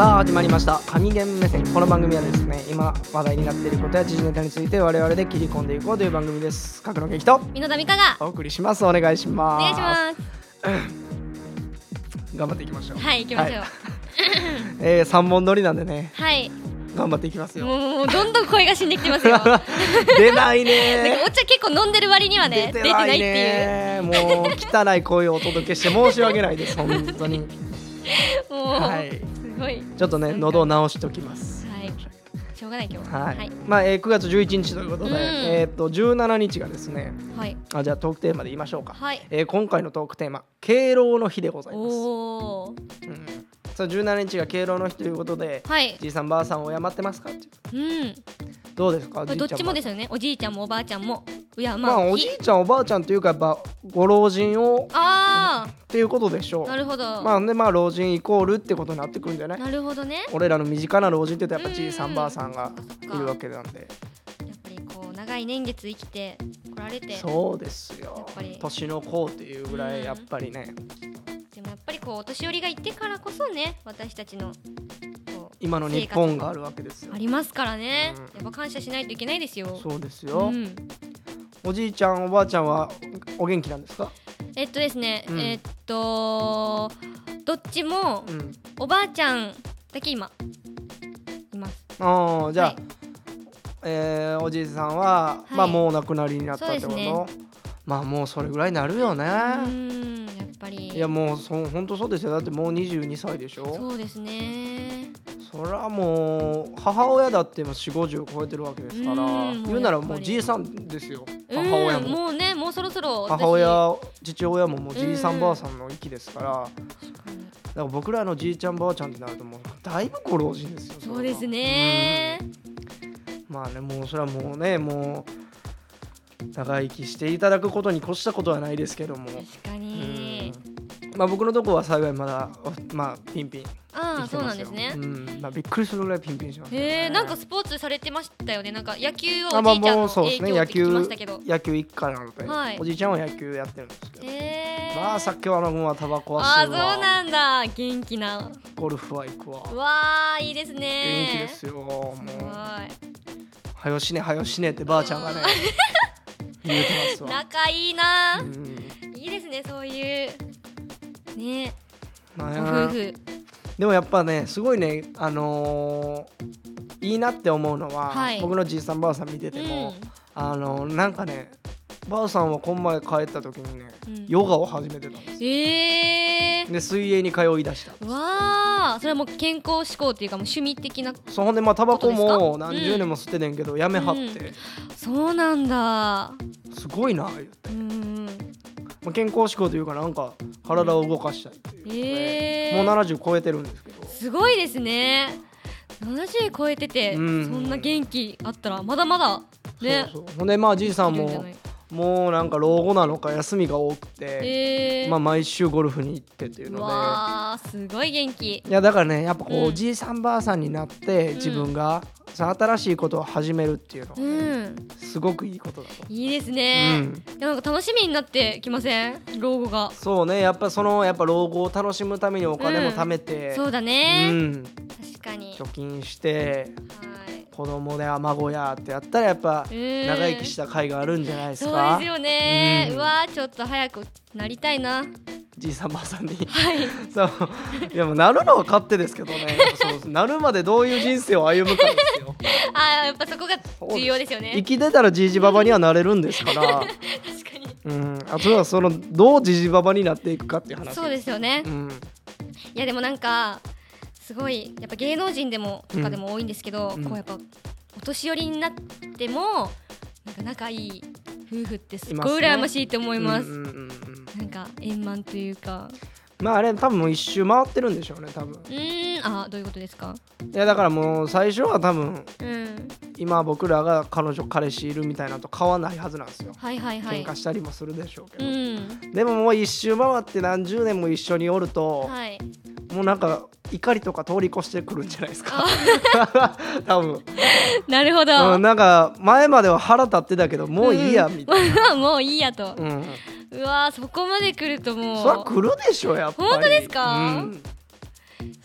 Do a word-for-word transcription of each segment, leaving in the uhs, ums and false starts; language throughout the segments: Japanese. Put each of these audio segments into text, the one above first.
さあ始まりました神言目線。この番組はですね、今話題になっていることや時事ネタについて我々で切り込んでいこうという番組です。角野劇と箕田美香がお送りします。お願いします。 お願いします頑張っていきましょう。 はい、行きましょう。 はいえー、さんぼん撮りなんでね、 はい頑張っていきますよ。 もうもうどんどん声が死んできてますよ。 出ないなんねかお茶結構飲んでる割にはね出てないっていうもう汚い声をお届けして申し訳ないです本当に。 もう、 はい、 すごいちょっとね喉を直しときます。 はい、しょうがない今日はい、 はい、 まあ、えー、くがつじゅういちにちということで、 うんえー、っとじゅうしちにちがですね、 はいあじゃあトークテーマで言いましょうか。 はい、 えー、今回のトークテーマ敬老の日でございます。 おー、 うん、そうじゅうしちにちが敬老の日ということで、 はい、 じいさんばあさんを敬ってますかって。 うんどうですか。 どっちもですよ。 よね。おじいちゃんもおばあちゃんもいやまあ、 まあおじいちゃんおばあちゃんというかやっぱご老人をあっていうことでしょう。 ーなるほど、 まあね、まあ老人イコールってことになってくるんじゃない。 なるほどね。 俺らの身近な老人って言ったらやっぱじいさうんんばあさんがそっかいるわけなんで。 やっぱりこう長い年月生きて来られて、 そうですよやっぱり年の子っていうぐらいやっぱりね、 でもやっぱりこうお年寄りがいてからこそね、私たちのこう今の日本があるわけですよあ。りますからね、 うんやっぱ感謝しないといけないですよ。 そうですよ、 うん、 おじいちゃんおばあちゃんはお元気なんですか。 えっとですね、 うんえっとどっちもうんおばあちゃんだけ今います。 ああじゃあ、 はいえーおじいさんは、 いまあもうお亡くなりになったってこと、 そうですねまあもうそれぐらいになるよね。 うーんやっぱりいやもうそ本当そうですよ。だってもうにじゅうにさいでしょ。 そうですね。 そりゃもう母親だってもうよんじゅうごじゅう超えてるわけですから、 うん言うならももうやっぱりうじいさんですよ。 うん母親ももうねもうそろそろ私母親父親ももうじいさうんんばあさんの域ですから、だか確かにら僕らのじいちゃんばあちゃんってなるともうだいぶご老人ですよ。 そうですね。 うんまあねもうそれはもうねもう長生きしていただくことに越したことはないですけども、 確かに、 うんまあ僕のとこは幸いまだまあピンピンああそう生きてますよ。 なんですね。 うんまあ、びっくりするぐらいピンピンしますよね。 へえ、なんかスポーツされてましたよね。なんか野球はあまあおじいちゃんのもうそうですね野影響って聞きま球したけど。 野球一家なので、 はいおじいちゃんは野球やってるんですけど、 へえ。 まあ酒は飲むわタバコはああそう吸うわなんだ。元気な。 ゴルフは行くわうわあいいですね。 元気ですよ。もすごい。 うはよしねはよしねってばあちゃんがね言うてますわ。 仲いいな、 うんいいですねそういうねまごあ夫婦。 でもやっぱねすごいねあのーいいなって思うのは、 はい僕のじいさんばあさん見てても、あのーなんかねばあさんはこん前帰った時にね、 うんヨガを始めてたんですよ。 えー、 で水泳に通い出した。 わあそれはもう健康志向っていうかもう趣味的な。 そうほんでまあタバコこともですか何十年も吸っててんけど、やめはって、 うんそうなんだ。 すごいな言って、 うんまあ、健康志向というかなんか体を動かしたいっていう、 えー、 もうななじゅう超えてるんですけど、 すごいですね。ななじゅう超えてて、 うんそんな元気あったらまだまだね。 そうそうほんでまあじいさんもできるんじゃないもうなんか老後なのか休みが多くて、 えーまあ、毎週ゴルフに行ってっていうので、 わあすごい元気。 いやだからねやっぱこう、 うんおじいさんばあさんになって自分が、その新しいことを始めるっていうのはうね、 んすごくいいことだと。 いいですね、 うんいやなんか楽しみになってきません老後が。 そうねやっぱそのやっぱ老後を楽しむためにお金も貯めて、 そうだうね、 ん、 確かに。 貯金してはい子供や孫やってやったらやっぱうん長生きした甲斐があるんじゃないですそうか。 ですよね、 ううんわーちょっと早くなりたいな。 じいさんばあさんにはいそういやもうなるのは勝手ですけどねそうなるまでどういう人生を歩むかですよ。 あーやっぱそこが重要ですよね。 生きてたらじいじばばにはなれるんですから、 確かにうん、あとはそのどうじじばばになっていくかっていう話。 そうですよね、 うんいやでもなんかすごいやっぱ芸能人でもとかでも多いんですけど、 うんこうやっぱお年寄りになってもなんか仲いい夫婦ってすっいますねごい羨ましいと思います。 うんうんうんうんなんか円満というか。 まああれ多分もう一周回ってるんでしょうね多分。 うーんあどういうことですか。 いやだからもう最初は多分うん今僕らが彼女彼氏いるみたいなのと変わらないはずなんですよ。 はいはいはい。 喧嘩したりもするでしょうけうど、 んでももう一周回って何十年も一緒におると、 はい。 もうなんか怒りとか通り越してくるんじゃないですか多分、 なるほど、 うん、なんか前までは腹立ってたけどもういいやみたいな、 もういいやと、 うんうわーそこまで来るともうそりゃ来るでしょやっぱり。 本当ですかうんそうな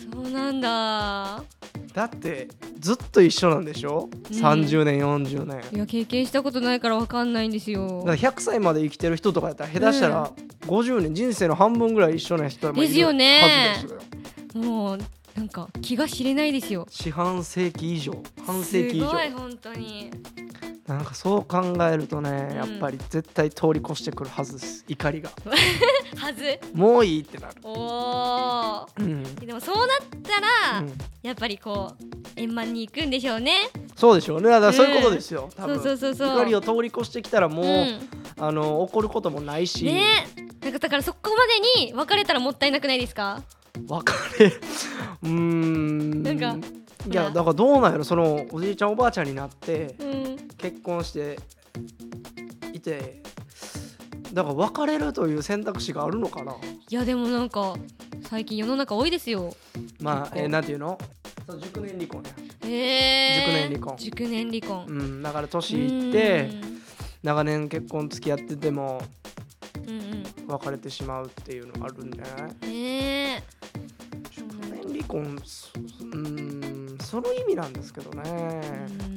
なんだ。 だってずっと一緒なんでしょ、 うん、 さんじゅうねんよんじゅうねん。 いや経験したことないから分かんないんですよ。 だからひゃくさいまで生きてる人とかやったら下手したらごじゅうねん、人生の半分ぐらい一緒な人もいるはずですよ。 ですよね。もうなんか気が知れないですよ。 四半世紀以上、半世紀以上。 すごい本当に。 なんかそう考えるとね、 うん、 やっぱり絶対通り越してくるはずです、怒りがはず。 もういいってなる。 おー、うん、でもそうなったら、うん、やっぱりこう円満に行くんでしょうね。 そうでしょうね。だからそういうことですよ、うん、多分。 そうそうそうそう。 怒りを通り越してきたらもう、うん、あの怒ることもないしね。なんかだからそこまでに別れたらもったいなくないですか。 別れうーんなんかいやだからどうなんやろ、そのおじいちゃんおばあちゃんになって、 うん、 結婚していて、だから別れるという選択肢があるのかな。 いやでもなんか最近世の中多いですよ。 まあ、えー、なんていうの、そう熟年離婚や。 えー、 熟年離婚熟年離婚、 うん、だから年いって長年結婚付き合ってても、うんうん、別れてしまうっていうのがあるんじゃない。 えー、 熟年離婚、うん、その意味なんですけどね。うん、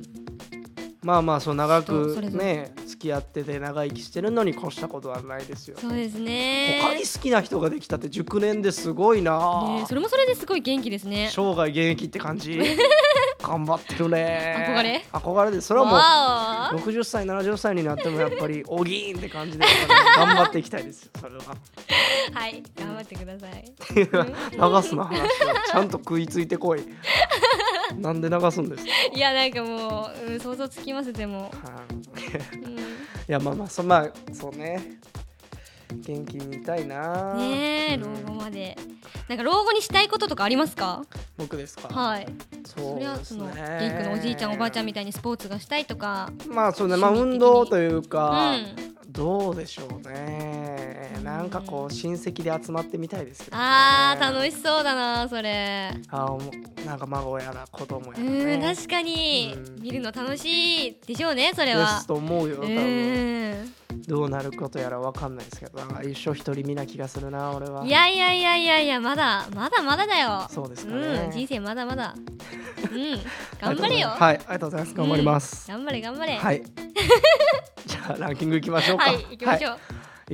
まあまあそう長くね付き合ってて長生きしてるのに越したことはないですよ。 そうですね。 他に好きな人ができたって熟年ですごいな、 ね、それもそれですごい元気ですね。 生涯現役って感じ頑張ってるね。 憧れ憧れです。それはもうろくじゅっさいななじゅっさいになってもやっぱりおぎーんって感じで、ね、頑張っていきたいですよそれは。 はい頑張ってください。 流すな話をちゃんと食いついてこいなんで流すんですか。 いやなんかもう、うん、想像つきますでも、 うん、いやまあまあ そ,、まあ、そうね元気にいたいなねえ、うん、老後までなんか老後にしたいこととかありますか。 僕ですか。 はい。 そうですね。それはその元気のおじいちゃんおばあちゃんみたいにスポーツがしたいとか。 まあそうね、まあ運動というか、うん、どうでしょうね。なんかこう親戚で集まってみたいですけどね。 あー楽しそうだなそれ。 あなんか孫やら子供やら、ね、 うん確かに、うん、見るの楽しいでしょうねそれは。 ですと思うよ多分。どうなることやら分かんないですけど、なんか一生一人見な気がするな俺は。 いやいやいやいやいやまだまだまだだよ。 そうですかね、 うん、人生まだまだうん頑張れよ。 はいありがとうございます。頑張ります、 うん、頑張れ頑張れ。 はいじゃあランキングいきましょうか。 はい行きましょう、はい、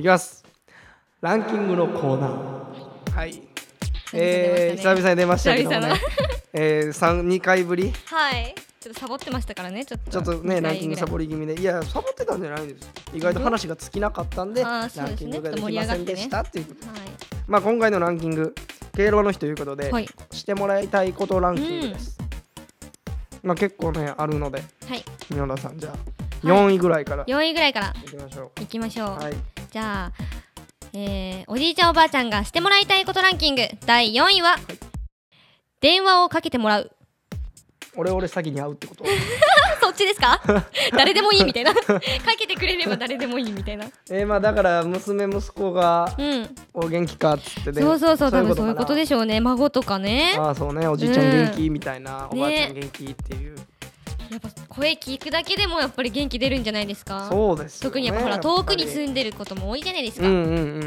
いきます。ランキングのコーナー。はい、えー、久々に出ましたけどもねえー、さんにかいぶり。 はいちょっとサボってましたからね。ちょっとちょっとねランキングサボり気味で、いやサボってたんじゃないんです。意外と話が尽きなかったんで、ランキングができませんでしたっていうこと、はい、まあ今回のランキング敬老の日ということで、はい、してもらいたいことランキングです、うん、まあ結構ねあるので、はい、宮田さんじゃあよんいぐらいから、はい、 よんいぐらいからいきましょう。 いきましょう、 はい、 じゃあ、えー、おじいちゃんおばあちゃんがしてもらいたいことランキングだいよんいは、はい、電話をかけてもらう。 俺俺詐欺に会うってことそっちですか誰でもいいみたいなかけてくれれば誰でもいいみたいなえーまあだから娘息子が、うん、お元気かっつってね。 そうそうそう多分そういうことでしょうね。孫とかね。 ああそうねおじいちゃん元気みたいな、うん、おばあちゃん元気っていう、ね、 やっぱ声聞くだけでもやっぱり元気出るんじゃないですか。 そうですよね。 特にやっぱほら遠くに住んでることも多いじゃないですか。 うんうんうんうんうん。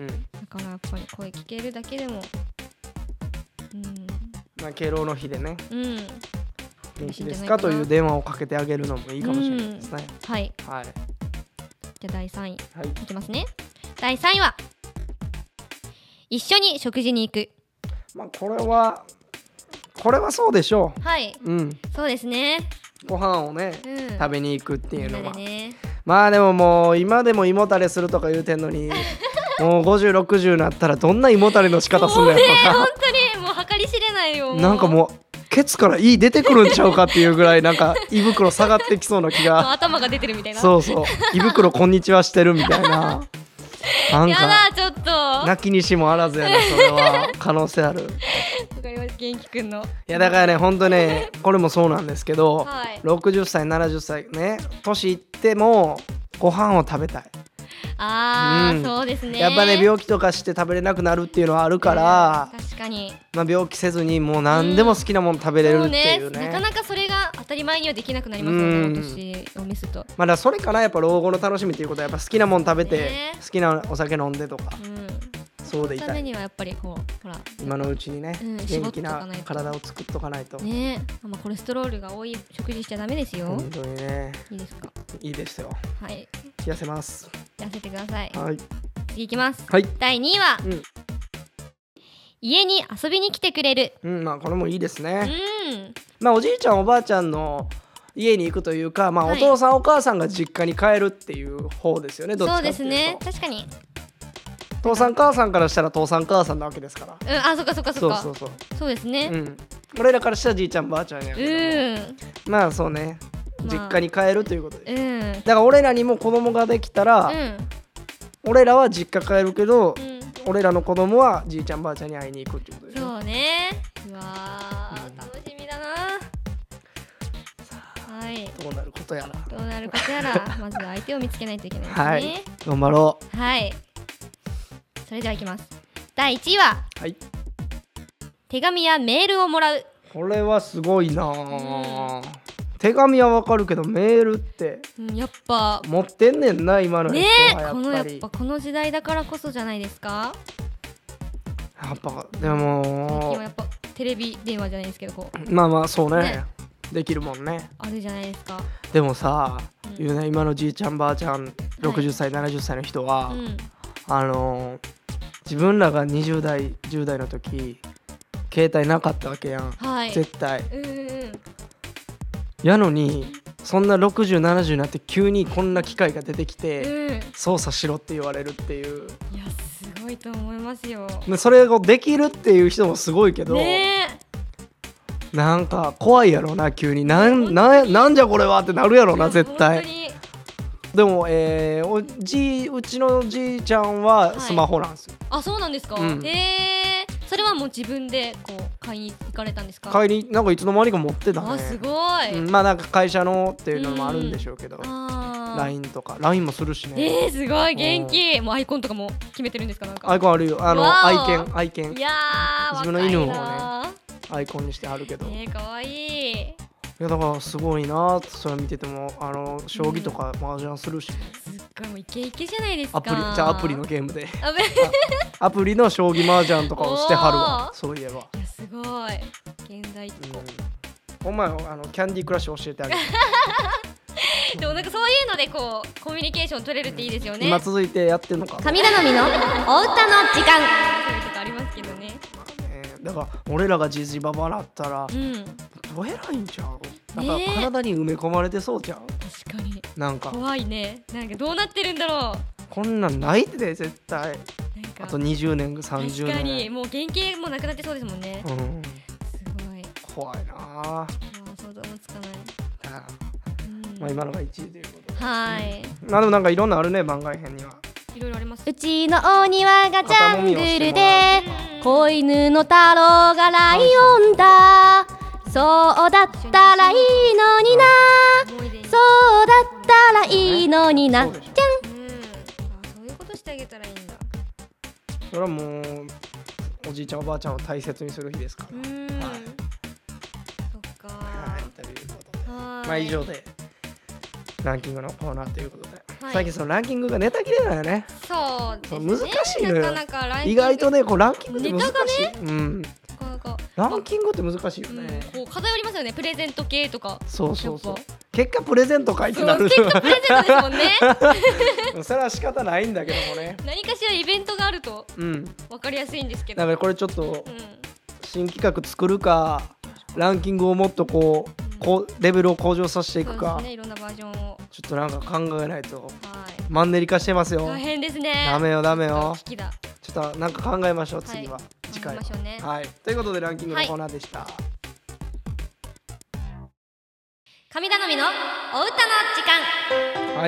だからやっぱり声聞けるだけでもうんまあ敬老の日でねうん元気ですかという電話をかけてあげるのもいいかもしれないですね。 はい、 はい、 じゃあだいさんい、 はい、 いきますね。だいさんいは一緒に食事に行く。 まあこれはこれはそうでしょう。 はい、 うん、 そうですね。 ご飯をね、うん、食べに行くっていうのは、 ね、 まあでももう今でも胃もたれするとか言うてんのにもうごじゅうろくじゅうになったらどんな胃もたれの仕方すんのやろな。 もうね本当にもう計り知れないよ。 なんかもうケツから胃出てくるんちゃうかっていうぐらいなんか胃袋下がってきそうな気が頭が出てるみたいな。 そうそう胃袋こんにちはしてるみたいななんかやだちょっと泣きにしもあらずやなそれは可能性ある。 わかります元気くんの。いやだからねほんとねこれもそうなんですけど、 はい、 ろくじゅっさいななじゅっさいね年いってもご飯を食べたい。 あー、うん、そうですね。 やっぱね病気とかして食べれなくなるっていうのはあるから、 えー、確かに、 まあ、病気せずにもう何でも好きなもの食べれるっていうね、うん、 ねなかなかそれが当たり前にはできなくなりますよね、お年を召すと。 まあだそれかなやっぱ老後の楽しみっていうことはやっぱ好きなもの食べて、ね、好きなお酒飲んでとか、 うん、 そうでいたい。 そのためにはやっぱりこうほら今のうちにね、うん、元気な体を作っとかないとね。あんまコレステロールが多い食事しちゃダメですよ。 本当にね。 いいですか。 いいですよ。 はい。 痩せます。 痩せてください。 はい。 次いきます。 はい。 だいにいは、うん、家に遊びに来てくれる。 うん、まあこれもいいですね。 うん。 まあおじいちゃんおばあちゃんの家に行くというか、まあお父さん、はい、お母さんが実家に帰るっていう方ですよね。どっちかっていうと。 そうですね。確かに。 父さん母さんからしたら父さん母さんなわけですから。 うん、あ、そっかそっかそっか。 そうそうそう。 そうですね。 うん。俺らからしたらじいちゃんばあちゃんやけども。うん。まあそうね。実家に帰るということで、うん、だから俺らにも子供ができたら、うん、俺らは実家帰るけど、うん、俺らの子供はじいちゃんばあちゃんに会いに行くってことでしょ。 そうね。うわー、うん、楽しみだな。はい、 どうなることやらどうなることやらまずは相手を見つけないといけないですね。はい、 頑張ろう。はい、それではいきます。だいいちいは、はい、手紙やメールをもらう。 これはすごいな、うん、手紙はわかるけどメールって、 うん、やっぱ持ってんねんな今の人はやっぱり、ね、 このやっぱこの時代だからこそじゃないですか。 やっぱでも最近はやっぱテレビ電話じゃないですけどこうまあまあそうね、ねできるもんね。 あるじゃないですか。 でもさ、うん、言うね、今のじいちゃんばあちゃんろくじゅっさい、はい、ななじゅっさいの人は、うん、あの自分らがにじゅう代じゅう代の時携帯なかったわけやん、はい、絶対、うんうん、やのにそんなろくじゅう、ななじゅうになって急にこんな機械が出てきて、うん、操作しろって言われるっていう。 いやすごいと思いますよ。 それをできるっていう人もすごいけど、 ね、 なんか怖いやろな、急になん、な、なんじゃこれはってなるやろな絶対。でも、えー、おじうちのじいちゃんはスマホなんですよ、 はい、あ、そうなんですか、うん、へー、それはもう自分でこう買いに行かれたんですか。 買いになんかいつの間にか持ってたね。 あ、すごい、 うん、まあなんか会社のっていうのもあるんでしょうけど、うん、ライン とか ライン もするしね。 えー、すごい元気、うん、もうアイコンとかも決めてるんですか。なんかアイコンあるよ、あの愛犬愛犬、 いやー、 自分の犬をねアイコンにしてあるけど、 えー、かわいい。 いやだからすごいな、それ見てても、あの将棋とか麻雀するし、ね、 うん、すっごいもうイケイケじゃないですか。 アプリじゃあアプリのゲームでアプリの将棋麻雀とかをしてはるわ。そういえば、いやすごい現代っ子、 うん、お前あのキャンディークラッシュ教えてあげてでもなんかそういうのでこうコミュニケーション取れるっていいですよね。 今続いてやってんのか。 神頼みのお歌の時間そういうとこありますけどね。 だから俺らがじじばばだったら、うん、どう偉いんちゃう。なんか体に埋め込まれてそうちゃう。 確かになんか怖いね。なんかどうなってるんだろう。 こんなんないで絶対。あとにじゅうねんさんじゅうねん、 確かにもう原型もなくなってそうですもんね、うん、すごい怖いなあ。 想像もつかない。 あ、うん、まあ、今のがいちいということで、 はい、 うん、まあでもなんかいろんなあるね、番外編には。 いろいろあります。うちのお庭がジャングルで子犬の太郎がライオンだ。そうだったらいいのにな、そうだったらいいのにな、じゃん、うん、そういうことしてあげたらいいんだ。 それはもうおじいちゃんおばあちゃんを大切にする日ですから。うん、はい、 そっか、 はい、ということで、まあ以上でランキングのコーナーということで、はい、最近そのランキングがネタ切れないよね。 そうですね、 難しいのよ。 なかなかランキング意外とね、こうランキングって難しい、ネタがね、うん、 かランキングって難しいよね、 うん、こう偏りますよね。プレゼント系とか。 そうそうそう、結果プレゼント書いてなる。 結果プレゼントですもんねそれは仕方ないんだけどもね。 何かしらイベントがあると分かりやすいんですけど、 だからこれちょっと新企画作るか、ランキングをもっとこう、こうレベルを向上させていくか、 そうですね、いろんなバージョンをちょっとなんか考えないと、はい、マンネリ化してますよ。 大変ですね。 ダメよダメよ。 危機だ。 ちょっとなんか考えましょう、次は、はい、次回は、 考えましょうね。 はい、ということでランキングのコーナーでした、はい、 神頼みのお歌の時間。 はい、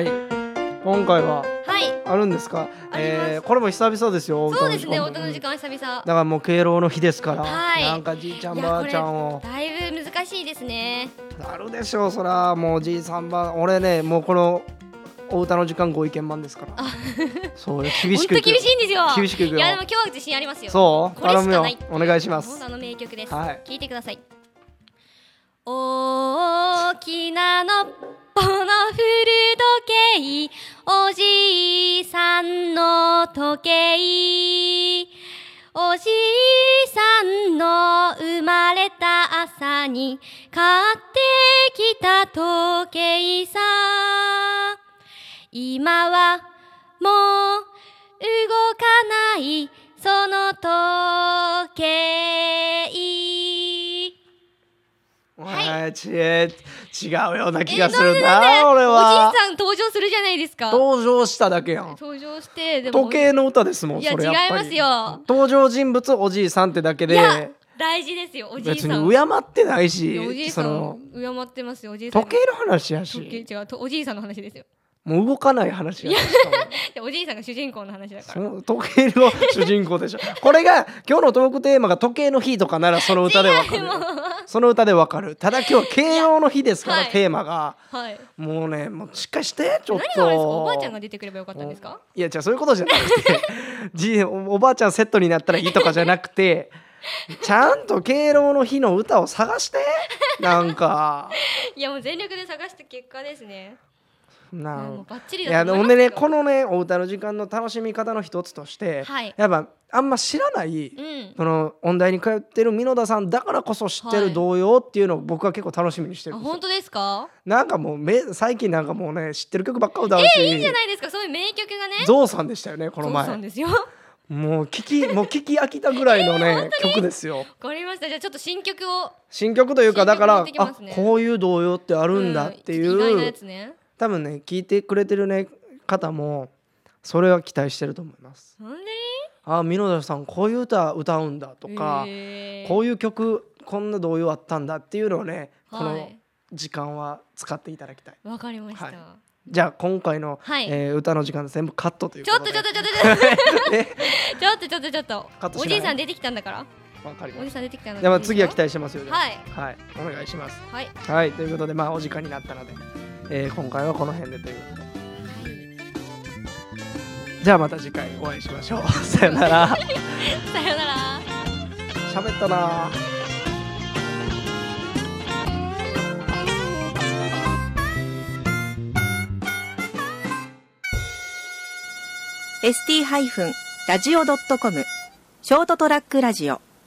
今回はあるんですか。はい、えー、これも久々ですよ。 そうですね、お歌の時間久々だからもう敬老の日ですから、はい、なんかじいちゃんばあちゃんをだいぶ難しいですね。 なるでしょう、そらもうじいさんば俺ね、もうこのお歌の時間ご意見番ですから。そう厳しく。 本当厳しいんですよ。 厳しくいくよ。 いやでも今日は自信ありますよ。 そう。 これしかない。 お願いします。 あの名曲です。はい、聞いてください。 大きなのっぽの古時計、おじいさんの時計、おじいさんの生まれた朝に買ってきた時計さ。今はもう動かないその時計。 はい、ちえ違うような気がするな、俺は。 おじいさん登場するじゃないですか。 登場しただけやん。 登場してでも時計の歌ですもん。 いや、それやっぱり違いますよ。 登場人物おじいさんってだけで。 いや大事ですよ、おじいさん。 別に敬ってないし、 おじいさん敬ってますよ、おじいさん。 時計の話やし。 時計違う、おじいさんの話ですよ。 もう動かない話やしおじいさんが主人公の話だから。 そ時計の主人公でしょ。これが今日のトークテーマが時計の日とかならその歌でわかる。その歌でわかる。ただ今日は敬老の日ですから、テーマが、はい、もうね、もうしっかりしてちょっと。 何がですか、おばあちゃんが出てくればよかったんですか。 いや、じゃあそういうことじゃなくてじおばあちゃんセットになったらいいとかじゃなくて、ちゃんと敬老の日の歌を探して。なんかいや、もう全力で探した結果ですね。 なんいやでもね、このねお歌の時間の楽しみ方の一つとして、はい、やっぱあんま知らない、うん、その音大に通ってる箕田さんだからこそ知ってる童謡っていうのを僕は結構楽しみにしてるんですよ。 あ、本当ですか。なんかもうめ最近なんかもうね知ってる曲ばっか歌うし、 えー、いいじゃないですか、そういう名曲がね。 ゾウさんでしたよね、この前。 ゾウさんですよ。 もう聞きもう聞き飽きたぐらいのね、えー、曲ですよ。 わかりました。じゃあちょっと新曲を新曲というか、だから、ね、あこういう童謡ってあるんだっていう、 うん、意外なやつね。 多分ね聞いてくれてる、ね、方もそれは期待してると思います。 なんで？ あ、箕田さんこういう歌歌うんだとか、えー、こういう曲こんな童謡あったんだっていうのをね、はい、この時間は使っていただきたい。 わかりました、はい、 じゃあ今回の、はい、えー、歌の時間全部カットということで。 ちょっとちょっとちょっとちょっとちょっとちょっとちょっとカットしない。おじいさん出てきたんだから。 わかります。 おじさん出てきたので。 でも次は期待してますよね。 はい、 はい、お願いします。 はい、 はい、ということでまあお時間になったので、えー、今回はこの辺でということで。じゃあまた次回お会いしましょう。さよなら。 さよなら。 喋ったな。 エスティー ラジオ ドットコム ショートトラックラジオ